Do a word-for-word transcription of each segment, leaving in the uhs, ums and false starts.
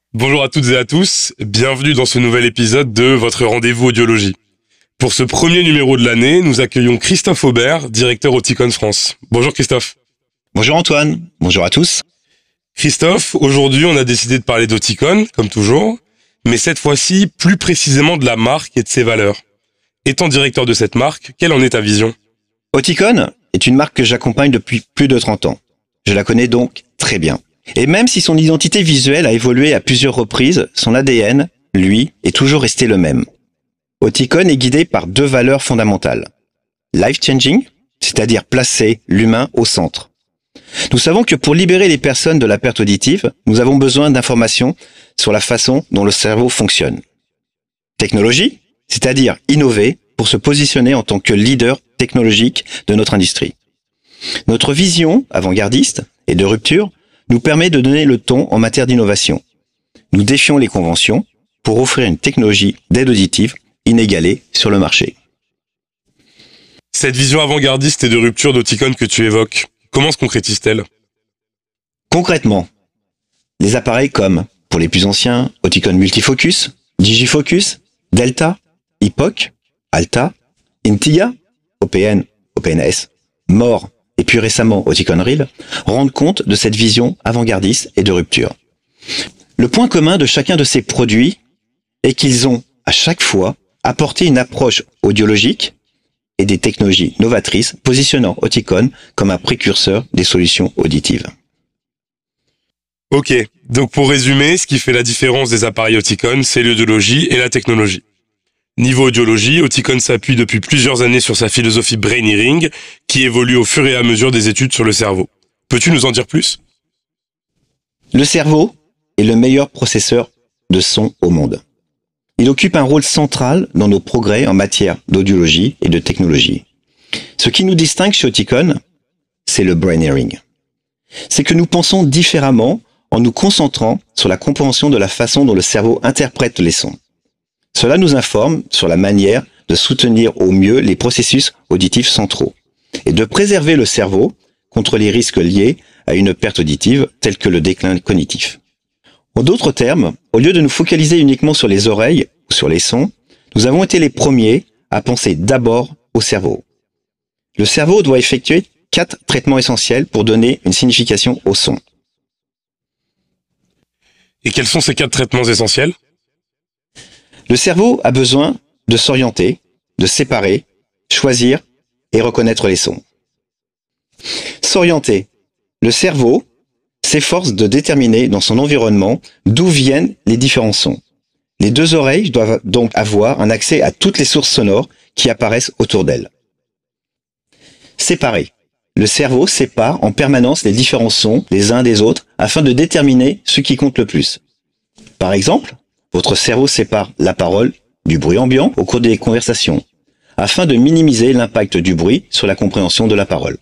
Bonjour à toutes et à tous, bienvenue dans ce nouvel épisode de votre rendez-vous audiologie. Pour ce premier numéro de l'année, nous accueillons Christophe Aubert, directeur Oticon France. Bonjour Christophe. Bonjour Antoine, bonjour à tous. Christophe, aujourd'hui on a décidé de parler d'Oticon, comme toujours, mais cette fois-ci plus précisément de la marque et de ses valeurs. Étant directeur de cette marque, quelle en est ta vision ? Oticon est une marque que j'accompagne depuis plus de trente ans. Je la connais donc très bien. Et même si son identité visuelle a évolué à plusieurs reprises, son A D N, lui, est toujours resté le même. Oticon est guidé par deux valeurs fondamentales. Life-changing, c'est-à-dire placer l'humain au centre. Nous savons que pour libérer les personnes de la perte auditive, nous avons besoin d'informations sur la façon dont le cerveau fonctionne. Technologie, c'est-à-dire innover pour se positionner en tant que leader technologique de notre industrie. Notre vision avant-gardiste et de rupture nous permet de donner le ton en matière d'innovation. Nous défions les conventions pour offrir une technologie d'aide auditive inégalée sur le marché. Cette vision avant-gardiste et de rupture d'Oticon que tu évoques, comment se concrétise-t-elle ? Concrètement, les appareils comme, pour les plus anciens, Oticon Multifocus, Digifocus, Delta, Epoch, Alta, Intiga, O P N, O P N S, More et puis récemment Oticon Real, rendent compte de cette vision avant-gardiste et de rupture. Le point commun de chacun de ces produits est qu'ils ont, à chaque fois, apporté une approche audiologique et des technologies novatrices, positionnant Oticon comme un précurseur des solutions auditives. Ok, donc pour résumer, ce qui fait la différence des appareils Oticon, c'est l'audiologie et la technologie. Niveau audiologie, Oticon s'appuie depuis plusieurs années sur sa philosophie Brain Hearing, qui évolue au fur et à mesure des études sur le cerveau. Peux-tu nous en dire plus ? Le cerveau est le meilleur processeur de son au monde. Il occupe un rôle central dans nos progrès en matière d'audiologie et de technologie. Ce qui nous distingue chez Oticon, c'est le Brain Hearing. C'est que nous pensons différemment en nous concentrant sur la compréhension de la façon dont le cerveau interprète les sons. Cela nous informe sur la manière de soutenir au mieux les processus auditifs centraux et de préserver le cerveau contre les risques liés à une perte auditive telle que le déclin cognitif. En d'autres termes, au lieu de nous focaliser uniquement sur les oreilles ou sur les sons, nous avons été les premiers à penser d'abord au cerveau. Le cerveau doit effectuer quatre traitements essentiels pour donner une signification au son. Et quels sont ces quatre traitements essentiels ? Le cerveau a besoin de s'orienter, de séparer, choisir et reconnaître les sons. S'orienter. Le cerveau s'efforce de déterminer dans son environnement d'où viennent les différents sons. Les deux oreilles doivent donc avoir un accès à toutes les sources sonores qui apparaissent autour d'elles. Séparer. Le cerveau sépare en permanence les différents sons les uns des autres afin de déterminer ce qui compte le plus. Par exemple, votre cerveau sépare la parole du bruit ambiant au cours des conversations, afin de minimiser l'impact du bruit sur la compréhension de la parole.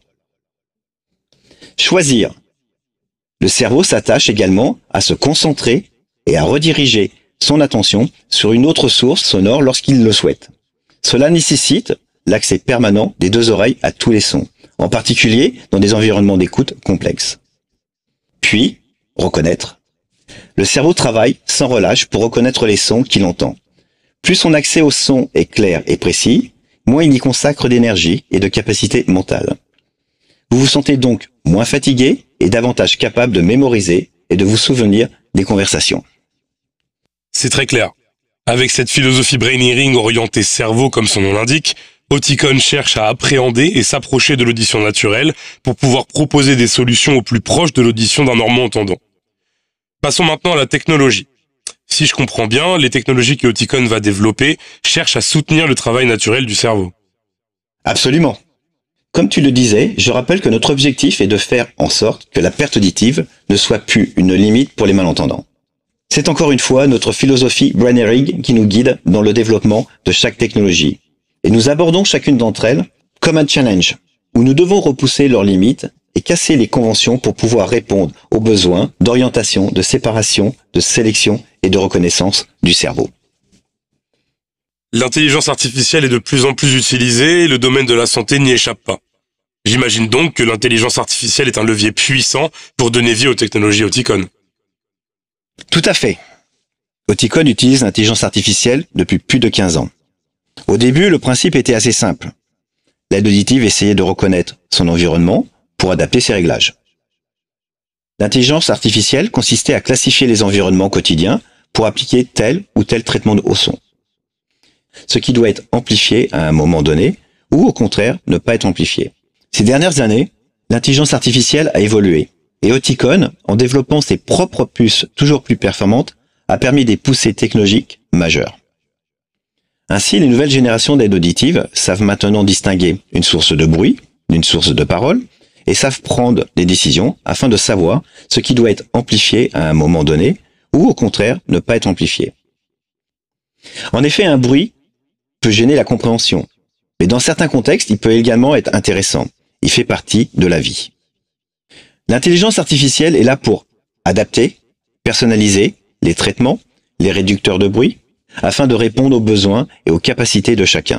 Choisir. Le cerveau s'attache également à se concentrer et à rediriger son attention sur une autre source sonore lorsqu'il le souhaite. Cela nécessite l'accès permanent des deux oreilles à tous les sons, en particulier dans des environnements d'écoute complexes. Puis, reconnaître. Le cerveau travaille sans relâche pour reconnaître les sons qu'il entend. Plus son accès aux sons est clair et précis, moins il y consacre d'énergie et de capacité mentale. Vous vous sentez donc moins fatigué et davantage capable de mémoriser et de vous souvenir des conversations. C'est très clair. Avec cette philosophie Brain Hearing orientée cerveau comme son nom l'indique, Oticon cherche à appréhender et s'approcher de l'audition naturelle pour pouvoir proposer des solutions au plus proche de l'audition d'un normand entendant. Passons maintenant à la technologie. Si je comprends bien, les technologies que Oticon va développer cherchent à soutenir le travail naturel du cerveau. Absolument. Comme tu le disais, je rappelle que notre objectif est de faire en sorte que la perte auditive ne soit plus une limite pour les malentendants. C'est encore une fois notre philosophie Brain Hearing qui nous guide dans le développement de chaque technologie. Et nous abordons chacune d'entre elles comme un challenge, où nous devons repousser leurs limites et casser les conventions pour pouvoir répondre aux besoins d'orientation, de séparation, de sélection et de reconnaissance du cerveau. L'intelligence artificielle est de plus en plus utilisée et le domaine de la santé n'y échappe pas. J'imagine donc que l'intelligence artificielle est un levier puissant pour donner vie aux technologies Oticon. Tout à fait. Oticon utilise l'intelligence artificielle depuis plus de quinze ans. Au début, le principe était assez simple. L'aide auditive essayait de reconnaître son environnement pour adapter ses réglages. L'intelligence artificielle consistait à classifier les environnements quotidiens pour appliquer tel ou tel traitement au son. Ce qui doit être amplifié à un moment donné, ou au contraire ne pas être amplifié. Ces dernières années, l'intelligence artificielle a évolué, et Oticon, en développant ses propres puces toujours plus performantes, a permis des poussées technologiques majeures. Ainsi, les nouvelles générations d'aides auditives savent maintenant distinguer une source de bruit d'une source de parole et savent prendre des décisions afin de savoir ce qui doit être amplifié à un moment donné ou au contraire ne pas être amplifié. En effet, un bruit peut gêner la compréhension, mais dans certains contextes, il peut également être intéressant. Il fait partie de la vie. L'intelligence artificielle est là pour adapter, personnaliser les traitements, les réducteurs de bruit, afin de répondre aux besoins et aux capacités de chacun.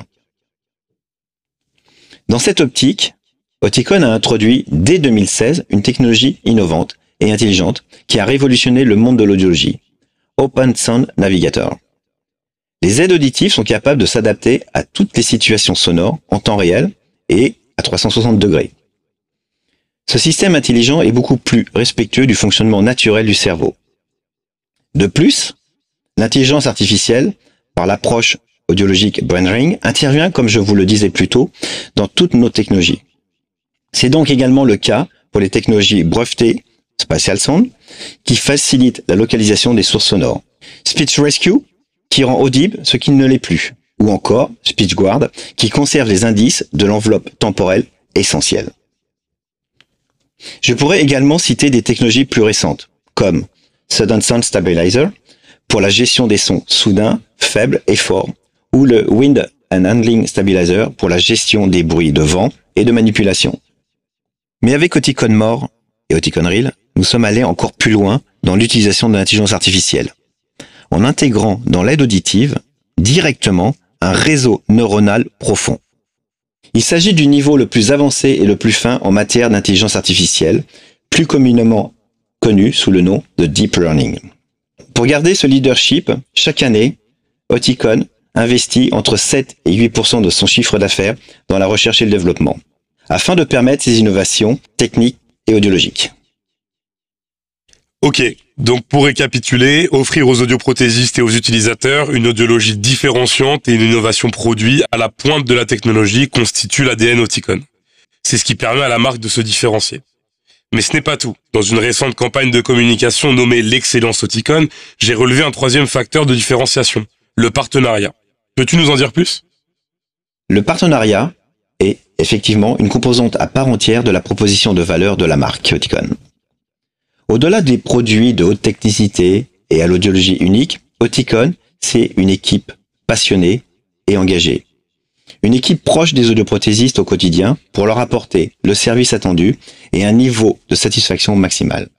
Dans cette optique, Oticon a introduit dès deux mille seize une technologie innovante et intelligente qui a révolutionné le monde de l'audiologie, Open Sound Navigator. Les aides auditives sont capables de s'adapter à toutes les situations sonores en temps réel et à trois cent soixante degrés. Ce système intelligent est beaucoup plus respectueux du fonctionnement naturel du cerveau. De plus, l'intelligence artificielle, par l'approche audiologique BrainRing, intervient, comme je vous le disais plus tôt, dans toutes nos technologies. C'est donc également le cas pour les technologies brevetées, Spatial Sound, qui facilitent la localisation des sources sonores. Speech Rescue, qui rend audible ce qui ne l'est plus. Ou encore SpeechGuard, qui conserve les indices de l'enveloppe temporelle essentielle. Je pourrais également citer des technologies plus récentes, comme Sudden Sound Stabilizer, pour la gestion des sons soudains, faibles et forts, ou le Wind and Handling Stabilizer pour la gestion des bruits de vent et de manipulation. Mais avec Oticon More et Oticon Real, nous sommes allés encore plus loin dans l'utilisation de l'intelligence artificielle, en intégrant dans l'aide auditive directement un réseau neuronal profond. Il s'agit du niveau le plus avancé et le plus fin en matière d'intelligence artificielle, plus communément connu sous le nom de Deep Learning. Pour garder ce leadership, chaque année, Oticon investit entre sept et huit pour cent de son chiffre d'affaires dans la recherche et le développement, afin de permettre ces innovations techniques et audiologiques. Ok, donc pour récapituler, offrir aux audioprothésistes et aux utilisateurs une audiologie différenciante et une innovation produit à la pointe de la technologie constitue l'A D N Oticon. C'est ce qui permet à la marque de se différencier. Mais ce n'est pas tout. Dans une récente campagne de communication nommée l'excellence Oticon, j'ai relevé un troisième facteur de différenciation, le partenariat. Peux-tu nous en dire plus ? Le partenariat est effectivement une composante à part entière de la proposition de valeur de la marque Oticon. Au-delà des produits de haute technicité et à l'audiologie unique, Oticon, c'est une équipe passionnée et engagée. Une équipe proche des audioprothésistes au quotidien pour leur apporter le service attendu et un niveau de satisfaction maximal.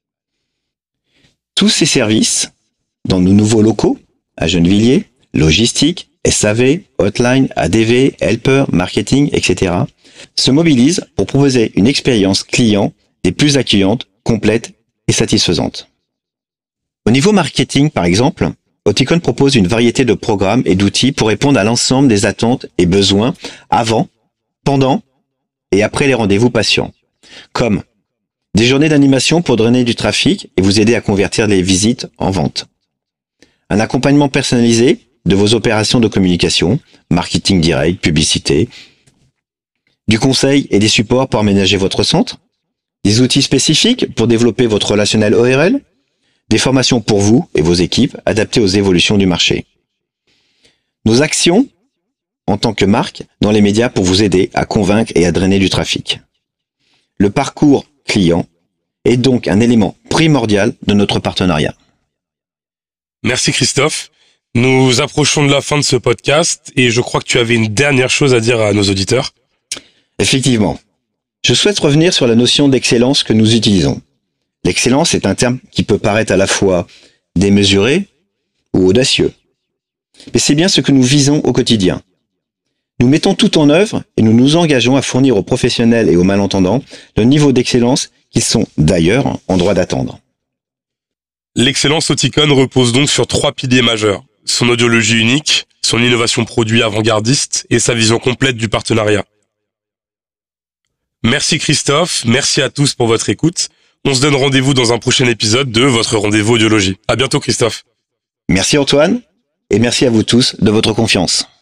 Tous ces services, dans nos nouveaux locaux, à Gennevilliers, logistique, S A V, hotline, A D V, helper, marketing, et cetera, se mobilisent pour proposer une expérience client des plus accueillantes, complète et satisfaisante. Au niveau marketing, par exemple, Oticon propose une variété de programmes et d'outils pour répondre à l'ensemble des attentes et besoins avant, pendant et après les rendez-vous patients, comme des journées d'animation pour drainer du trafic et vous aider à convertir les visites en vente, un accompagnement personnalisé de vos opérations de communication, marketing direct, publicité, du conseil et des supports pour aménager votre centre, des outils spécifiques pour développer votre relationnel O R L, des formations pour vous et vos équipes adaptées aux évolutions du marché. Nos actions, en tant que marque, dans les médias pour vous aider à convaincre et à drainer du trafic. Le parcours client est donc un élément primordial de notre partenariat. Merci Christophe. Nous approchons de la fin de ce podcast et je crois que tu avais une dernière chose à dire à nos auditeurs. Effectivement. Je souhaite revenir sur la notion d'excellence que nous utilisons. L'excellence est un terme qui peut paraître à la fois démesuré ou audacieux. Mais c'est bien ce que nous visons au quotidien. Nous mettons tout en œuvre et nous nous engageons à fournir aux professionnels et aux malentendants le niveau d'excellence qu'ils sont d'ailleurs en droit d'attendre. L'excellence Oticon repose donc sur trois piliers majeurs. Son audiologie unique, son innovation produit avant-gardiste et sa vision complète du partenariat. Merci Christophe, merci à tous pour votre écoute. On se donne rendez-vous dans un prochain épisode de votre rendez-vous audiologie. À bientôt Christophe. Merci Antoine, et merci à vous tous de votre confiance.